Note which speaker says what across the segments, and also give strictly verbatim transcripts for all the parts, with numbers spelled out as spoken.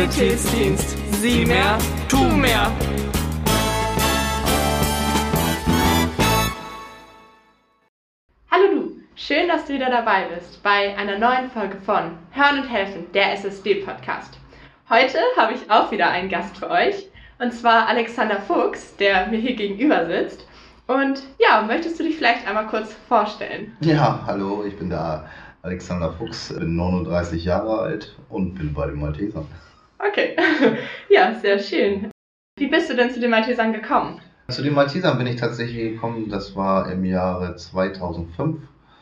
Speaker 1: Sanitätsdienst. Sieh mehr, tu mehr.
Speaker 2: Hallo du, schön, dass du wieder dabei bist bei einer neuen Folge von Hören und Helfen, der S S D-Podcast. Heute habe ich auch wieder einen Gast für euch, und zwar Alexander Fuchs, der mir hier gegenüber sitzt. Und ja, möchtest du dich vielleicht einmal kurz vorstellen?
Speaker 3: Ja, hallo, ich bin der Alexander Fuchs, bin neununddreißig Jahre alt und bin bei den Maltesern.
Speaker 2: Okay, ja, sehr schön. Wie bist du denn zu den Maltesern gekommen?
Speaker 3: Zu den Maltesern bin ich tatsächlich gekommen, das war im Jahre zweitausendfünf.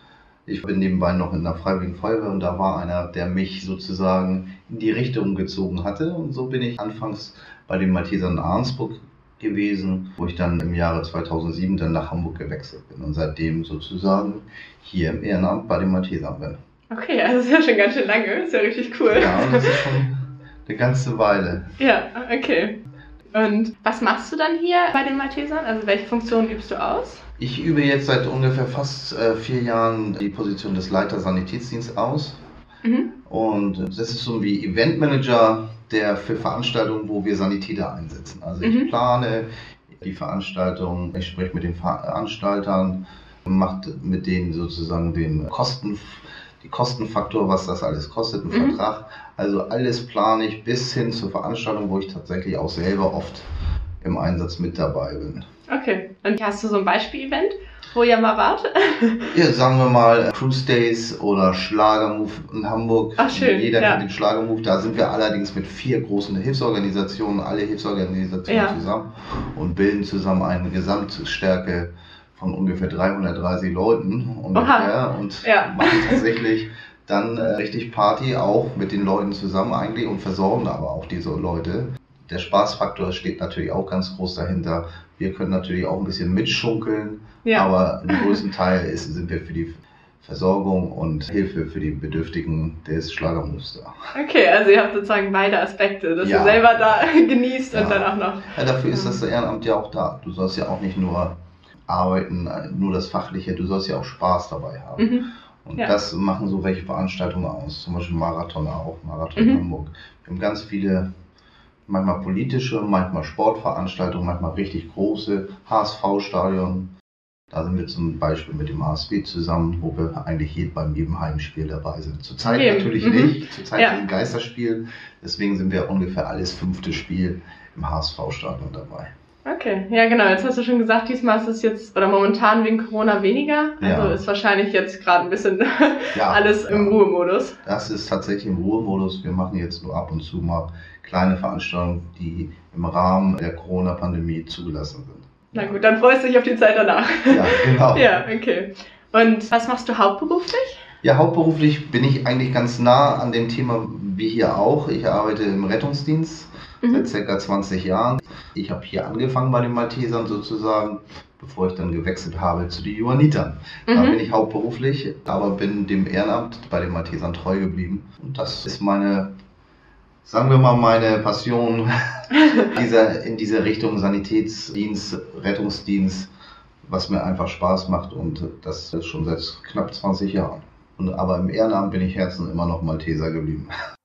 Speaker 3: Ich bin nebenbei noch in der Freiwilligen Feuerwehr und da war einer, der mich sozusagen in die Richtung gezogen hatte. Und so bin ich anfangs bei den Maltesern in Arnsburg gewesen, wo ich dann im Jahre zweitausendsieben dann nach Hamburg gewechselt bin und seitdem sozusagen hier im Ehrenamt bei den Maltesern bin.
Speaker 2: Okay, also das ist ja schon ganz schön lange, das ist ja richtig cool.
Speaker 3: Ja, und das ist schon eine ganze Weile.
Speaker 2: Ja, okay. Und was machst du dann hier bei den Maltesern? Also welche Funktion übst du aus?
Speaker 3: Ich übe jetzt seit ungefähr fast äh, vier Jahren die Position des Leiter Sanitätsdienst aus. Mhm. Und das ist so wie Eventmanager, der für Veranstaltungen, wo wir Sanitäter einsetzen. Also ich mhm. plane die Veranstaltung, ich spreche mit den Veranstaltern, mache mit denen sozusagen den Kosten, die Kostenfaktor, was das alles kostet, einen mhm. Vertrag. Also alles plane ich bis hin zur Veranstaltung, wo ich tatsächlich auch selber oft im Einsatz mit dabei bin.
Speaker 2: Okay, und hast du so ein Beispiel-Event, wo ihr mal wart?
Speaker 3: Ja, sagen wir mal Cruise Days oder Schlagermove in Hamburg.
Speaker 2: Ach schön,
Speaker 3: Jeder
Speaker 2: ja.
Speaker 3: kennt den Schlagermove. Da sind wir allerdings mit vier großen Hilfsorganisationen, alle Hilfsorganisationen ja. zusammen und bilden zusammen eine Gesamtstärke von ungefähr dreihundertdreißig Leuten ungefähr und ja. machen tatsächlich dann äh, richtig Party auch mit den Leuten zusammen eigentlich und versorgen aber auch diese Leute. Der Spaßfaktor steht natürlich auch ganz groß dahinter. Wir können natürlich auch ein bisschen mitschunkeln, ja. aber im größten Teil ist, sind wir für die Versorgung und Hilfe für die Bedürftigen des Schlagermoves da.
Speaker 2: Okay, also ihr habt sozusagen beide Aspekte, dass ja. ihr selber da genießt ja. und dann auch noch...
Speaker 3: Ja, dafür ist das Ehrenamt ja auch da. Du sollst ja auch nicht nur arbeiten, nur das Fachliche, du sollst ja auch Spaß dabei haben. Mhm. Und ja. das machen so welche Veranstaltungen aus, zum Beispiel Marathon auch, Marathon mhm. Hamburg. Wir haben ganz viele, manchmal politische, manchmal Sportveranstaltungen, manchmal richtig große, H S V-Stadion. Da sind wir zum Beispiel mit dem A S B zusammen, wo wir eigentlich je, beim jedem Heimspiel dabei sind. Zurzeit okay. natürlich mhm. nicht, zurzeit ja. sind Geisterspiel, deswegen sind wir ungefähr alles fünfte Spiel im H S V-Stadion dabei.
Speaker 2: Okay, ja genau, jetzt hast du schon gesagt, diesmal ist es jetzt, oder momentan wegen Corona weniger, also ja. ist wahrscheinlich jetzt gerade ein bisschen ja, alles im ja. Ruhemodus.
Speaker 3: Das ist tatsächlich im Ruhemodus, wir machen jetzt nur ab und zu mal kleine Veranstaltungen, die im Rahmen der Corona-Pandemie zugelassen sind.
Speaker 2: Na gut, dann freust du dich auf die Zeit danach.
Speaker 3: Ja, genau.
Speaker 2: Ja, okay. Und was machst du hauptberuflich?
Speaker 3: Ja, hauptberuflich bin ich eigentlich ganz nah an dem Thema wie hier auch. Ich arbeite im Rettungsdienst mhm. seit circa zwanzig Jahren. Ich habe hier angefangen bei den Maltesern sozusagen, bevor ich dann gewechselt habe zu den Johannitern. Mhm. Da bin ich hauptberuflich, aber bin dem Ehrenamt bei den Maltesern treu geblieben. Und das ist meine, sagen wir mal, meine Passion dieser, in diese Richtung Sanitätsdienst, Rettungsdienst, was mir einfach Spaß macht und das ist schon seit knapp zwanzig Jahren. Und, aber im Ehrenamt bin ich Herzen immer noch Malteser geblieben.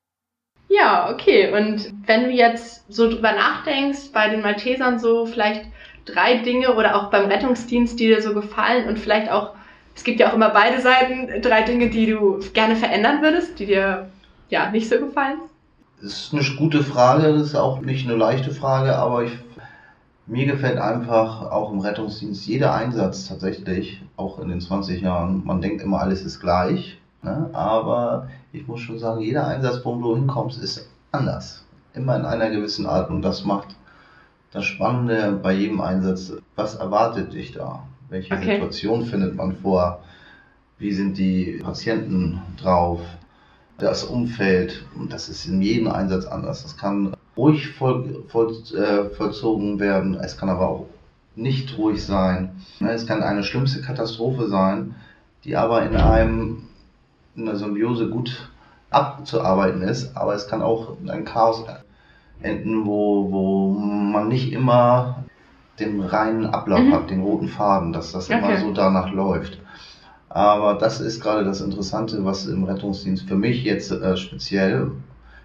Speaker 2: Ja, okay. Und wenn du jetzt so drüber nachdenkst, bei den Maltesern so vielleicht drei Dinge oder auch beim Rettungsdienst, die dir so gefallen und vielleicht auch, es gibt ja auch immer beide Seiten, drei Dinge, die du gerne verändern würdest, die dir ja nicht so gefallen?
Speaker 3: Das ist eine gute Frage, das ist auch nicht eine leichte Frage, aber ich, mir gefällt einfach auch im Rettungsdienst jeder Einsatz tatsächlich, auch in den zwanzig Jahren. Man denkt immer, alles ist gleich, ne? Aber ich muss schon sagen, jeder Einsatz, wo du hinkommst, ist anders. Immer in einer gewissen Art und das macht das Spannende bei jedem Einsatz. Was erwartet dich da? Welche okay. Situation findet man vor? Wie sind die Patienten drauf? Das Umfeld, und das ist in jedem Einsatz anders. Das kann ruhig voll, voll, äh, vollzogen werden, es kann aber auch nicht ruhig sein. Es kann eine schlimmste Katastrophe sein, die aber in einem in der Symbiose gut abzuarbeiten ist, aber es kann auch ein Chaos enden, wo, wo man nicht immer den reinen Ablauf mhm. hat, den roten Faden, dass das okay. immer so danach läuft. Aber das ist gerade das Interessante, was im Rettungsdienst für mich jetzt äh, speziell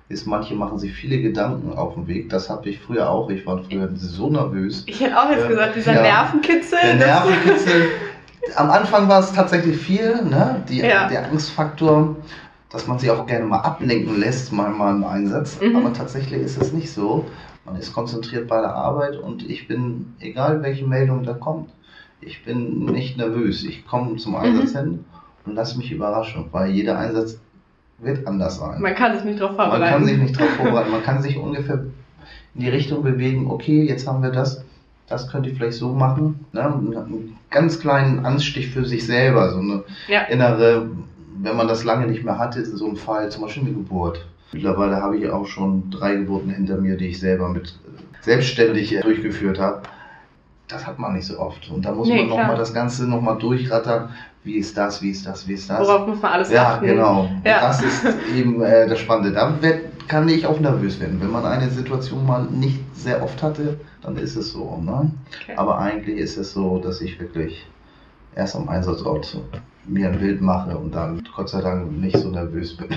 Speaker 3: ist, manche machen sich viele Gedanken auf dem Weg. Das hatte ich früher auch. Ich war früher so nervös.
Speaker 2: Ich hätte auch jetzt
Speaker 3: äh,
Speaker 2: gesagt, dieser
Speaker 3: ja,
Speaker 2: Nervenkitzel.
Speaker 3: Der Nervenkitzel. Am Anfang war es tatsächlich viel, ne? Die,
Speaker 2: ja.
Speaker 3: der Angstfaktor, dass man sich auch gerne mal ablenken lässt, mal, mal im Einsatz. Mhm. Aber tatsächlich ist es nicht so. Man ist konzentriert bei der Arbeit und ich bin, egal welche Meldung da kommt, ich bin nicht nervös. Ich komme zum Einsatz mhm. hin und lasse mich überraschen, weil jeder Einsatz wird anders sein.
Speaker 2: Man kann sich nicht darauf vorbereiten.
Speaker 3: Man kann sich nicht darauf vorbereiten. Man kann sich ungefähr in die Richtung bewegen, okay, jetzt haben wir das, das könnt ihr vielleicht so machen. Ne? Einen ganz kleinen Anstich für sich selber, so eine ja. innere, wenn man das lange nicht mehr hatte, so ein Fall, zum Beispiel eine Geburt. Mittlerweile habe ich auch schon drei Geburten hinter mir, die ich selber mit selbstständig durchgeführt habe. Das hat man nicht so oft. Und da muss nee, man nochmal das Ganze nochmal durchrattern. Wie ist das, wie ist das, wie ist das?
Speaker 2: Worauf muss man alles
Speaker 3: ja,
Speaker 2: achten?
Speaker 3: Genau. Ja, genau. Das ist eben äh, das Spannende. Da wird, kann ich auch nervös werden. Wenn man eine Situation mal nicht sehr oft hatte, dann ist es so. Ne? Okay. Aber eigentlich ist es so, dass ich wirklich erst am Einsatzort mir ein Bild mache und dann Gott sei Dank nicht so nervös bin.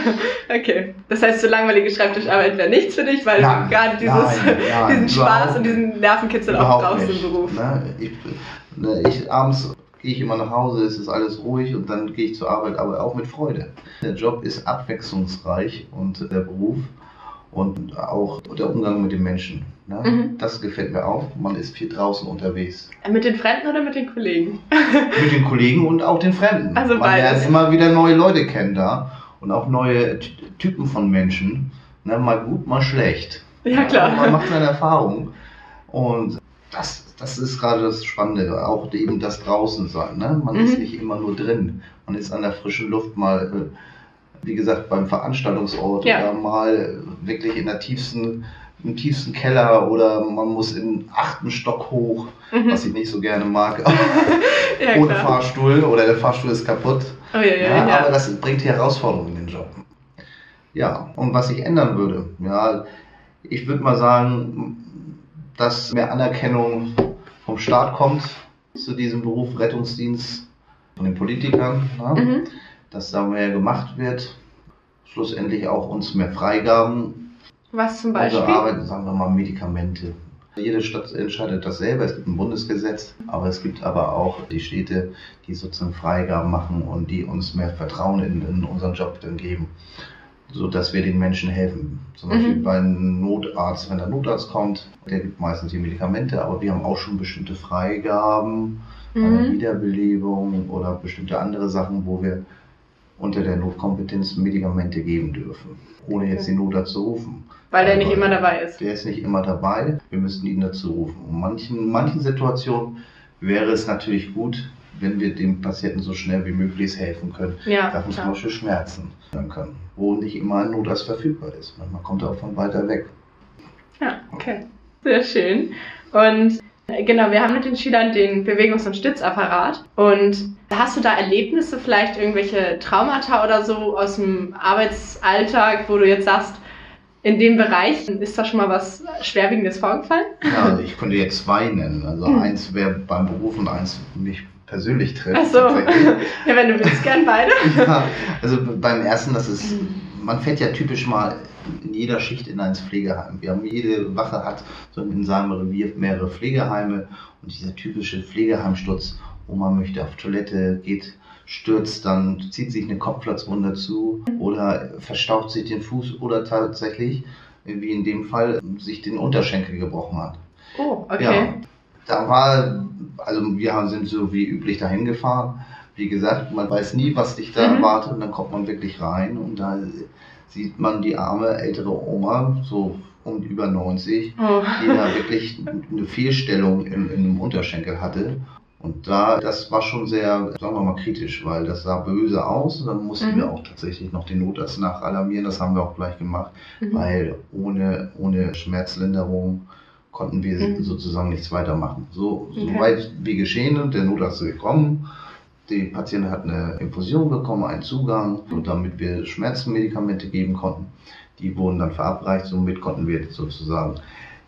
Speaker 2: Okay. Das heißt, so langweilige Schreibtischarbeit wäre nichts für dich, weil nein, du gerade dieses,
Speaker 3: nein, nein,
Speaker 2: diesen Spaß und diesen Nervenkitzel auch brauchst im Beruf.
Speaker 3: Ne? Ich, ne, ich abends gehe ich immer nach Hause, es ist alles ruhig und dann gehe ich zur Arbeit, aber auch mit Freude. Der Job ist abwechslungsreich und der Beruf und auch der Umgang mit den Menschen. Ne? Mhm. Das gefällt mir auch. Man ist viel draußen unterwegs.
Speaker 2: Mit den Fremden oder mit den Kollegen?
Speaker 3: Mit den Kollegen und auch den Fremden.
Speaker 2: Also
Speaker 3: man lernt immer wieder neue Leute kennen da und auch neue Typen von Menschen. Ne? Mal gut, mal schlecht.
Speaker 2: Ja, klar.
Speaker 3: Ja, man macht seine Erfahrungen und das Das ist gerade das Spannende, auch eben das Draußensein. Ne? Man mhm. ist nicht immer nur drin. Man ist an der frischen Luft mal, wie gesagt, beim Veranstaltungsort ja. oder mal wirklich in der tiefsten, im tiefsten Keller oder man muss im achten Stock hoch, mhm. was ich nicht so gerne mag, ja, ohne klar. Fahrstuhl oder der Fahrstuhl ist kaputt.
Speaker 2: Oh, ja, ja,
Speaker 3: ja,
Speaker 2: ja.
Speaker 3: Aber das bringt Herausforderungen in den Job. Ja, und was ich ändern würde, ja, ich würde mal sagen, dass mehr Anerkennung vom Staat kommt zu diesem Beruf Rettungsdienst, von den Politikern, ne? mhm. dass da mehr gemacht wird, schlussendlich auch uns mehr Freigaben.
Speaker 2: Was zum Beispiel?
Speaker 3: Unsere Arbeit, sagen wir mal Medikamente. Jede Stadt entscheidet das selber, es gibt ein Bundesgesetz, aber es gibt aber auch die Städte, die sozusagen Freigaben machen und die uns mehr Vertrauen in, in unseren Job dann geben, so dass wir den Menschen helfen. Zum Beispiel mhm. beim Notarzt, wenn der Notarzt kommt, der gibt meistens die Medikamente, aber wir haben auch schon bestimmte Freigaben, mhm. eine Wiederbelebung oder bestimmte andere Sachen, wo wir unter der Notkompetenz Medikamente geben dürfen, ohne okay. jetzt den Notarzt zu rufen.
Speaker 2: Weil der nicht immer dabei ist.
Speaker 3: Der ist nicht immer dabei, wir müssten ihn dazu rufen. In manchen, manchen Situationen wäre es natürlich gut, wenn wir dem Patienten so schnell wie möglich helfen können,
Speaker 2: ja,
Speaker 3: dass wir zum Beispiel Schmerzen dann können, wo nicht immer ein Notarzt verfügbar ist. Manchmal kommt er auch von weiter weg.
Speaker 2: Ja, okay. Sehr schön. Und genau, wir haben mit den Schülern den Bewegungs- und Stützapparat. Und hast du da Erlebnisse, vielleicht irgendwelche Traumata oder so aus dem Arbeitsalltag, wo du jetzt sagst, in dem Bereich ist da schon mal was Schwerwiegendes vorgefallen?
Speaker 3: Ja, also ich könnte jetzt zwei nennen. Also hm. eins wäre beim Beruf und eins mich persönlich trifft.
Speaker 2: Ach so. Ja, wenn du willst, gern beide.
Speaker 3: Ja, also beim ersten, das ist, man fährt ja typisch mal in jeder Schicht in ein Pflegeheim. Wir haben, jede Wache hat so in seinem Revier mehrere Pflegeheime und dieser typische Pflegeheimsturz, Oma möchte auf Toilette, geht, stürzt, dann zieht sich eine Kopfplatzwunde zu oder verstaucht sich den Fuß oder tatsächlich, wie in dem Fall, sich den Unterschenkel gebrochen hat.
Speaker 2: Oh, okay.
Speaker 3: Ja, da war, also wir sind so wie üblich dahin gefahren. Wie gesagt, man weiß nie, was dich da mhm. erwartet und dann kommt man wirklich rein und da sieht man die arme ältere Oma, so um über neunzig, oh. die da wirklich eine Fehlstellung in, in einem Unterschenkel hatte. Und da, das war schon sehr, sagen wir mal, kritisch, weil das sah böse aus. Und dann mussten mhm. wir auch tatsächlich noch den Notarzt nachalarmieren. Das haben wir auch gleich gemacht, mhm. weil ohne, ohne Schmerzlinderung konnten wir mhm. sozusagen nichts weitermachen. So, okay. so weit wie geschehen und der Notarzt ist gekommen. Die Patientin hat eine Infusion bekommen, einen Zugang, und damit wir Schmerzmedikamente geben konnten. Die wurden dann verabreicht, somit konnten wir sozusagen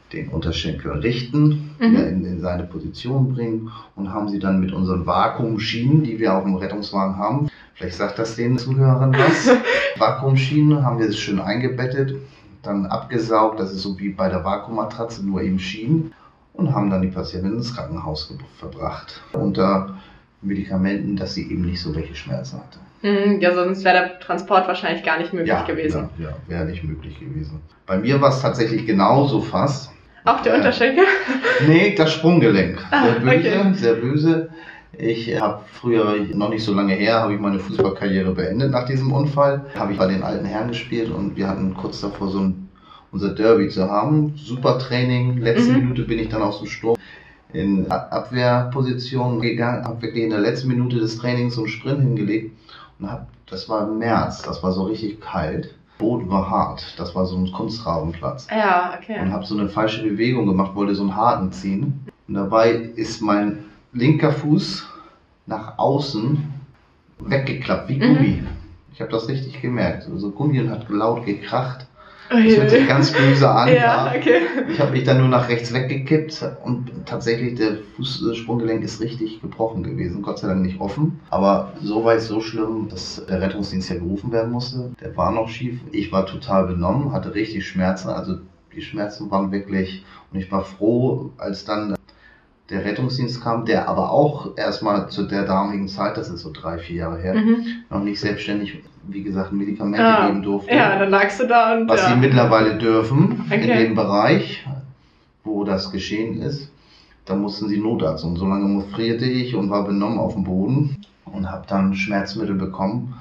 Speaker 3: den Unterschenkel richten,
Speaker 2: Mhm.
Speaker 3: wieder in, in seine Position bringen und haben sie dann mit unseren Vakuumschienen, die wir auf dem Rettungswagen haben, vielleicht sagt das den Zuhörern was, Vakuumschienen haben wir es schön eingebettet, dann abgesaugt, das ist so wie bei der Vakuummatratze, nur eben Schienen, und haben dann die Patientin ins Krankenhaus ge- verbracht unter Medikamenten, dass sie eben nicht so welche Schmerzen hatte.
Speaker 2: Mhm, ja, sonst wäre der Transport wahrscheinlich gar nicht möglich
Speaker 3: Ja,
Speaker 2: gewesen.
Speaker 3: ja, ja, wäre nicht möglich gewesen. Bei mir war es tatsächlich genauso fast.
Speaker 2: Auch der
Speaker 3: Äh,
Speaker 2: Unterschenkel?
Speaker 3: Nee, das Sprunggelenk.
Speaker 2: Ah,
Speaker 3: Sehr böse,
Speaker 2: okay.
Speaker 3: sehr böse. Ich habe früher, noch nicht so lange her, habe ich meine Fußballkarriere beendet nach diesem Unfall. Habe ich bei den alten Herren gespielt und wir hatten kurz davor so ein, unser Derby zu haben. Super Training. Letzte
Speaker 2: Mhm.
Speaker 3: Minute bin ich dann aus dem Sturm in A- Abwehrposition gegangen, habe wirklich in der letzten Minute des Trainings so einen Sprint hingelegt und habe, das war im März, das war so richtig kalt. Boden war hart, das war so ein Kunstrasenplatz.
Speaker 2: Ja, okay.
Speaker 3: Und habe so eine falsche Bewegung gemacht, wollte so einen Haken ziehen. Und dabei ist mein linker Fuß nach außen weggeklappt, wie
Speaker 2: Mhm.
Speaker 3: Gummi. Ich habe das richtig gemerkt. Also Gummi und hat laut gekracht.
Speaker 2: Oh
Speaker 3: Das
Speaker 2: je.
Speaker 3: hört sich ganz böse an.
Speaker 2: Ja, okay.
Speaker 3: Ich habe mich dann nur nach rechts weggekippt und tatsächlich der Fußsprunggelenk ist richtig gebrochen gewesen. Gott sei Dank nicht offen. Aber so weit, so schlimm, dass der Rettungsdienst ja gerufen werden musste. Der war noch schief. Ich war total benommen, hatte richtig Schmerzen. Also die Schmerzen waren wirklich, und ich war froh, als dann der Rettungsdienst kam, der aber auch erstmal zu der damaligen Zeit, das ist so drei, vier Jahre her,
Speaker 2: Mhm.
Speaker 3: noch nicht selbstständig, wie gesagt, Medikamente
Speaker 2: Ah,
Speaker 3: geben durfte.
Speaker 2: ja, dann lagst du da und
Speaker 3: Was
Speaker 2: ja.
Speaker 3: sie mittlerweile dürfen in
Speaker 2: Okay.
Speaker 3: dem Bereich, wo das geschehen ist, da mussten sie Notarzt. Und so lange frierte ich und war benommen auf dem Boden und habe dann Schmerzmittel bekommen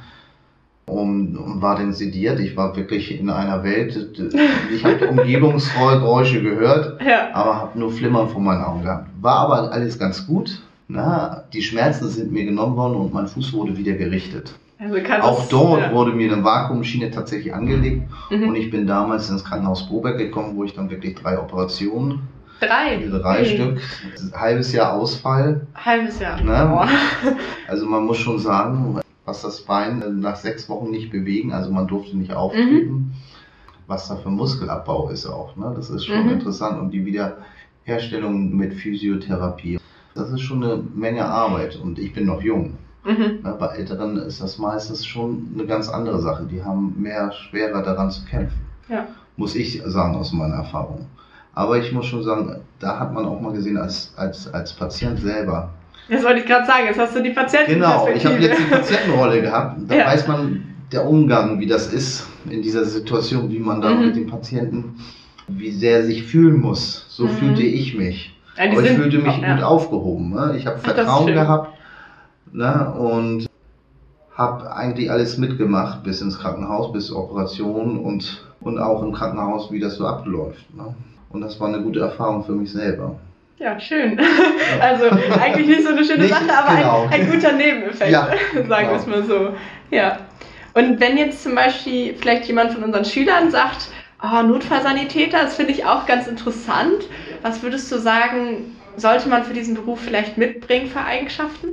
Speaker 3: und, und war dann sediert. Ich war wirklich in einer Welt, ich habe Umgebungsgeräusche gehört,
Speaker 2: Ja.
Speaker 3: aber habe nur Flimmern vor meinen Augen gehabt. War aber alles ganz gut. Na, die Schmerzen sind mir genommen worden und mein Fuß wurde wieder gerichtet.
Speaker 2: Also kannst
Speaker 3: Auch
Speaker 2: es-
Speaker 3: dort
Speaker 2: ja.
Speaker 3: wurde mir eine Vakuumschiene tatsächlich angelegt.
Speaker 2: Mhm.
Speaker 3: Und ich bin damals ins Krankenhaus Boberg gekommen, wo ich dann wirklich drei Operationen,
Speaker 2: Drei.
Speaker 3: drei
Speaker 2: Mhm.
Speaker 3: Stück, ein halbes Jahr Ausfall.
Speaker 2: Halbes Jahr.
Speaker 3: Ne?
Speaker 2: Boah.
Speaker 3: Also man muss schon sagen, was das Bein nach sechs Wochen nicht bewegen, also man durfte nicht auftreten, was da für Muskelabbau ist auch. Ne? Das ist schon
Speaker 2: Mhm.
Speaker 3: interessant. Und die Wiederherstellung mit Physiotherapie, das ist schon eine Menge Arbeit. Und ich bin noch jung.
Speaker 2: Mhm.
Speaker 3: Ne, bei Älteren ist das meistens schon eine ganz andere Sache. Die haben mehr schwerer daran zu kämpfen.
Speaker 2: Ja.
Speaker 3: Muss ich sagen aus meiner Erfahrung. Aber ich muss schon sagen, da hat man auch mal gesehen als, als, als Patient selber.
Speaker 2: Das wollte ich gerade sagen, jetzt hast du die Patientenperspektive.
Speaker 3: Genau, ich habe jetzt die Patientenrolle gehabt. Da
Speaker 2: Ja.
Speaker 3: weiß man der Umgang, wie das ist in dieser Situation, wie man da
Speaker 2: Mhm.
Speaker 3: mit dem Patienten, wie sehr er sich fühlen muss. So
Speaker 2: Mhm.
Speaker 3: fühlte ich mich.
Speaker 2: Ja, die
Speaker 3: Aber ich
Speaker 2: sind-
Speaker 3: fühlte mich
Speaker 2: oh, ja.
Speaker 3: gut aufgehoben. Ne? Ich habe
Speaker 2: Ach, das ist
Speaker 3: Vertrauen
Speaker 2: schön.
Speaker 3: gehabt, ne? Und habe eigentlich alles mitgemacht bis ins Krankenhaus, bis zur Operation und, und auch im Krankenhaus, wie das so abläuft. Ne? Und das war eine gute Erfahrung für mich selber.
Speaker 2: Ja, schön. Also eigentlich nicht so eine schöne
Speaker 3: Nicht-
Speaker 2: Sache, aber
Speaker 3: genau.
Speaker 2: ein, ein guter Nebeneffekt,
Speaker 3: Ja,
Speaker 2: sagen wir es
Speaker 3: genau.
Speaker 2: mal so. Ja. Und wenn jetzt zum Beispiel vielleicht jemand von unseren Schülern sagt, oh, Notfallsanitäter, das finde ich auch ganz interessant. Was würdest du sagen, sollte man für diesen Beruf vielleicht mitbringen für Eigenschaften?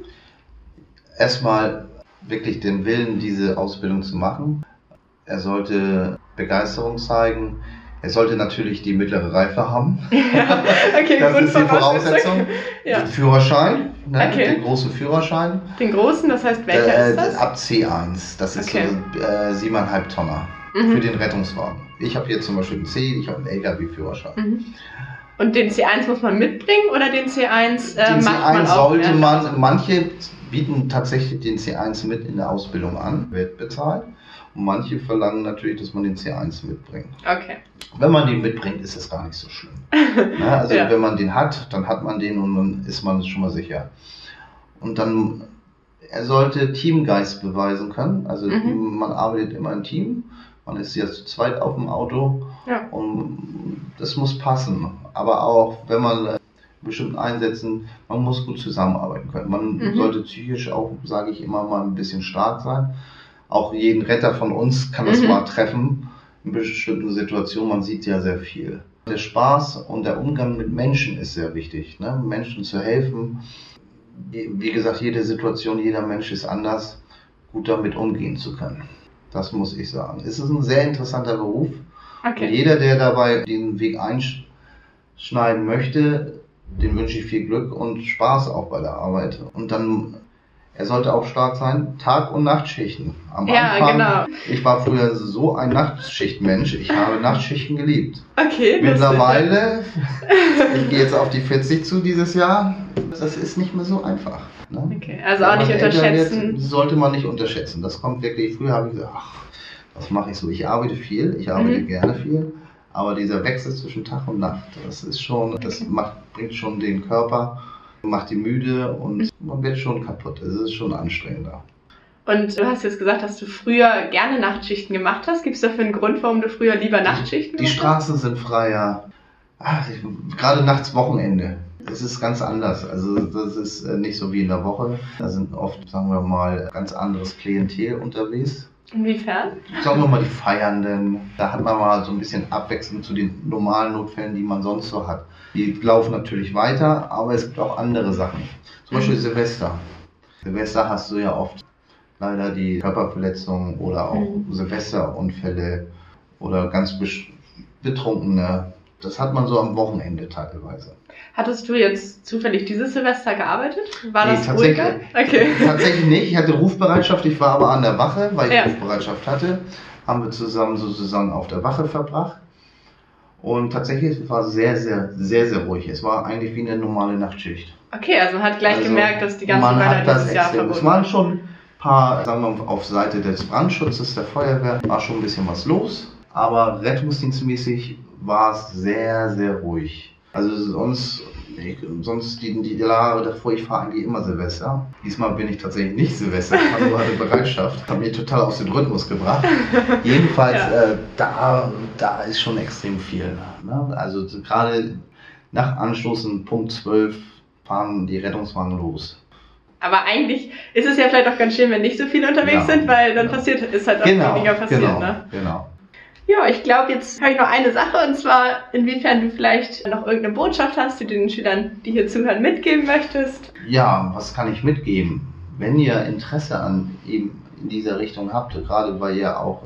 Speaker 3: Erstmal wirklich den Willen, diese Ausbildung zu machen. Er sollte Begeisterung zeigen. Er sollte natürlich die mittlere Reife haben.
Speaker 2: Ja, okay,
Speaker 3: Das ist die
Speaker 2: Grundvoraussetzung.
Speaker 3: Voraussetzung.
Speaker 2: Ja.
Speaker 3: Den Führerschein, ne?
Speaker 2: Okay.
Speaker 3: Den großen Führerschein.
Speaker 2: Den großen, das heißt, welcher
Speaker 3: Äh,
Speaker 2: ist das?
Speaker 3: Ab C eins. Das ist
Speaker 2: Okay.
Speaker 3: so äh, siebeneinhalb Tonner
Speaker 2: Mhm.
Speaker 3: für den Rettungswagen. Ich habe jetzt zum Beispiel einen C, ich habe einen L K W-Führerschein.
Speaker 2: Mhm. Und den C eins muss man mitbringen oder den C eins äh,
Speaker 3: Den C
Speaker 2: macht man
Speaker 3: eins
Speaker 2: auch?
Speaker 3: sollte
Speaker 2: während-
Speaker 3: man, manche bieten tatsächlich den C eins mit in der Ausbildung an, wird bezahlt. Und manche verlangen natürlich, dass man den C eins mitbringt.
Speaker 2: Okay.
Speaker 3: Wenn man den mitbringt, ist es gar nicht so schlimm. Na, also
Speaker 2: Ja.
Speaker 3: wenn man den hat, dann hat man den und dann ist man schon mal sicher. Und dann, er sollte Teamgeist beweisen können. Also
Speaker 2: Mhm.
Speaker 3: man arbeitet immer im Team. Man ist ja zu zweit auf dem Auto
Speaker 2: Ja.
Speaker 3: und das muss passen. Aber auch wenn man äh, bestimmten Einsätzen, man muss gut zusammenarbeiten können. Man
Speaker 2: Mhm.
Speaker 3: sollte psychisch auch, sage ich immer mal, ein bisschen stark sein. Auch jeden Retter von uns kann das
Speaker 2: Mhm.
Speaker 3: mal treffen in bestimmten Situationen. Man sieht ja sehr viel. Der Spaß und der Umgang mit Menschen ist sehr wichtig. Ne? Menschen zu helfen. Wie wie gesagt, jede Situation, jeder Mensch ist anders. Gut damit umgehen zu können. Das muss ich sagen. Es ist ein sehr interessanter Beruf. Und
Speaker 2: Okay.
Speaker 3: jeder, der dabei den Weg einsch schneiden möchte, dem wünsche ich viel Glück und Spaß auch bei der Arbeit. Und dann, er sollte auch stark sein, Tag- und Nachtschichten. Am
Speaker 2: Ja,
Speaker 3: Anfang,
Speaker 2: genau.
Speaker 3: Ich war früher so ein Nachtschichtmensch, ich habe Nachtschichten geliebt.
Speaker 2: Okay.
Speaker 3: Mittlerweile, ich gehe jetzt auf die vierzig zu dieses Jahr, das ist nicht mehr so einfach. Ne?
Speaker 2: Okay, also auch nicht
Speaker 3: Wenn man älter
Speaker 2: unterschätzen.
Speaker 3: wird, sollte man nicht unterschätzen. Das kommt wirklich, früher habe ich gesagt, ach, was mache ich so? Ich arbeite viel, ich arbeite
Speaker 2: Mhm.
Speaker 3: gerne viel, aber dieser Wechsel zwischen Tag und Nacht, das ist schon, das
Speaker 2: Okay.
Speaker 3: macht, bringt schon den Körper, macht ihn müde und man wird schon kaputt. Es ist schon anstrengender.
Speaker 2: Und du hast jetzt gesagt, dass du früher gerne Nachtschichten gemacht hast. Gibt es dafür einen Grund, warum du früher lieber Nachtschichten
Speaker 3: Die
Speaker 2: gemacht
Speaker 3: Straßen sind freier, ach, ich, gerade nachts Wochenende. Es ist ganz anders. Also das ist äh, nicht so wie in der Woche. Da sind oft, sagen wir mal, ganz anderes Klientel unterwegs.
Speaker 2: hast? Inwiefern?
Speaker 3: Sagen wir mal die Feiernden. Da hat man mal so ein bisschen Abwechslung zu den normalen Notfällen, die man sonst so hat. Die laufen natürlich weiter, aber es gibt auch andere Sachen. Zum Beispiel Silvester. Silvester hast du ja oft leider die Körperverletzungen oder auch
Speaker 2: Mhm.
Speaker 3: Silvesterunfälle oder ganz besch- Betrunkene. Das hat man so am Wochenende teilweise.
Speaker 2: Hattest du jetzt zufällig dieses Silvester gearbeitet? War
Speaker 3: Nee,
Speaker 2: das
Speaker 3: tatsächlich-
Speaker 2: ruhiger? Okay.
Speaker 3: Tatsächlich nicht. Ich hatte Rufbereitschaft, ich war aber an der Wache, weil ich
Speaker 2: Ja.
Speaker 3: Rufbereitschaft hatte. Haben wir zusammen sozusagen auf der Wache verbracht. Und tatsächlich es war sehr, sehr, sehr, sehr ruhig. Es war eigentlich wie eine normale Nachtschicht.
Speaker 2: Okay, also man hat gleich
Speaker 3: Also,
Speaker 2: gemerkt, dass die ganzen
Speaker 3: man
Speaker 2: Böller
Speaker 3: hat das
Speaker 2: dieses Jahr
Speaker 3: extrem. Es
Speaker 2: verbunden
Speaker 3: waren schon ein paar, sagen wir mal, auf Seite des Brandschutzes der Feuerwehr, war schon ein bisschen was los. Aber rettungsdienstmäßig war es sehr, sehr ruhig. Also sonst, ich, sonst die, die Jahre davor, ich fahre eigentlich immer Silvester. Diesmal bin ich tatsächlich nicht Silvester, ich hatte nur eine Bereitschaft. Hat mich total aus dem Rhythmus gebracht. Jedenfalls,
Speaker 2: Ja.
Speaker 3: äh, da, da ist schon extrem viel. Ne? Also so gerade nach Anstoßen, Punkt zwölf, fahren die Rettungswagen los.
Speaker 2: Aber eigentlich ist es ja vielleicht auch ganz schön, wenn nicht so viele unterwegs
Speaker 3: Ja.
Speaker 2: sind, weil dann
Speaker 3: Ja.
Speaker 2: passiert, ist halt auch
Speaker 3: Genau,
Speaker 2: weniger passiert.
Speaker 3: genau,
Speaker 2: Ne?
Speaker 3: genau.
Speaker 2: Ja, ich glaube, jetzt habe ich noch eine Sache, und zwar, inwiefern du vielleicht noch irgendeine Botschaft hast, die du den Schülern, die hier zuhören, mitgeben möchtest.
Speaker 3: Ja, was kann ich mitgeben? Wenn ihr Interesse an eben in dieser Richtung habt, gerade weil ihr auch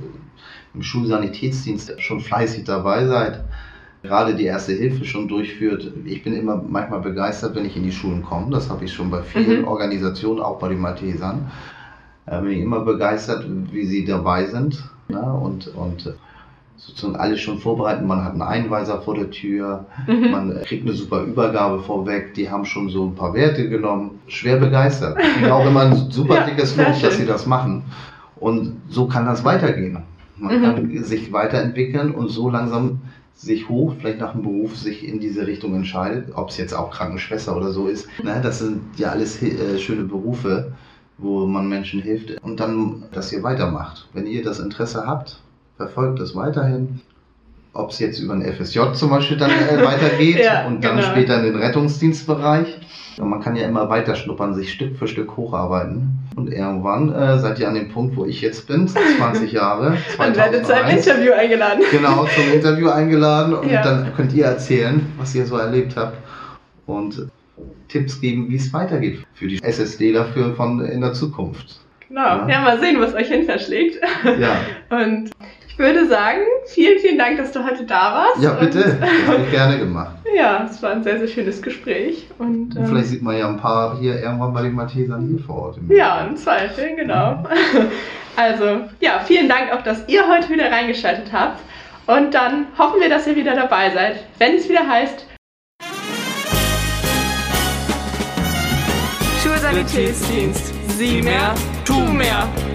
Speaker 3: äh, im Schulsanitätsdienst schon fleißig dabei seid, gerade die Erste Hilfe schon durchführt. Ich bin immer manchmal begeistert, wenn ich in die Schulen komme. Das habe ich schon bei vielen
Speaker 2: Mhm.
Speaker 3: Organisationen, auch bei den Maltesern. Äh, bin ich immer begeistert, wie sie dabei sind. Ne? Und, und sozusagen alles schon vorbereiten. Man hat einen Einweiser vor der Tür,
Speaker 2: Mhm.
Speaker 3: man kriegt eine super Übergabe vorweg. Die haben schon so ein paar Werte genommen. Schwer begeistert. Ich kriege auch immer ein super
Speaker 2: Ja,
Speaker 3: dickes
Speaker 2: sehr
Speaker 3: Lob, dass
Speaker 2: schön.
Speaker 3: sie das machen. Und so kann das weitergehen. Man
Speaker 2: Mhm.
Speaker 3: kann sich weiterentwickeln und so langsam sich hoch, vielleicht nach dem Beruf, sich in diese Richtung entscheidet, ob es jetzt auch Krankenschwester oder so ist. Ne, das sind ja alles äh, schöne Berufe, wo man Menschen hilft. Und dann, dass ihr weitermacht. Wenn ihr das Interesse habt, verfolgt es weiterhin. Ob es jetzt über den F S J zum Beispiel dann äh, weitergeht
Speaker 2: Ja,
Speaker 3: und dann
Speaker 2: genau.
Speaker 3: später in den Rettungsdienstbereich. Und man kann ja immer weiter schnuppern, sich Stück für Stück hocharbeiten. Und irgendwann äh, seid ihr an dem Punkt, wo ich jetzt bin, zwanzig Jahre,
Speaker 2: Und werdet zu einem
Speaker 3: zweitausendeins.
Speaker 2: Interview eingeladen.
Speaker 3: Genau, zum Interview eingeladen und
Speaker 2: Ja.
Speaker 3: dann könnt ihr erzählen, was ihr so erlebt habt und Tipps geben, wie es weitergeht für die S S D dafür von in der Zukunft.
Speaker 2: Genau.
Speaker 3: Ja.
Speaker 2: Ja, mal sehen, was euch hin verschlägt.
Speaker 3: Ja,
Speaker 2: Und ich würde sagen, vielen, vielen Dank, dass du heute da warst.
Speaker 3: ja bitte,
Speaker 2: Und,
Speaker 3: das habe ich gerne gemacht.
Speaker 2: ja, es war ein sehr, sehr schönes Gespräch. Und,
Speaker 3: Und
Speaker 2: ähm,
Speaker 3: vielleicht sieht man ja ein paar hier irgendwann bei den Maltesern hier vor Ort. Im
Speaker 2: ja, im Zweifel, genau. Also, ja, vielen Dank auch, dass ihr heute wieder reingeschaltet habt. Und dann hoffen wir, dass ihr wieder dabei seid, wenn es wieder heißt
Speaker 1: Schulsanitätsdienst. Sieh mehr, tu mehr.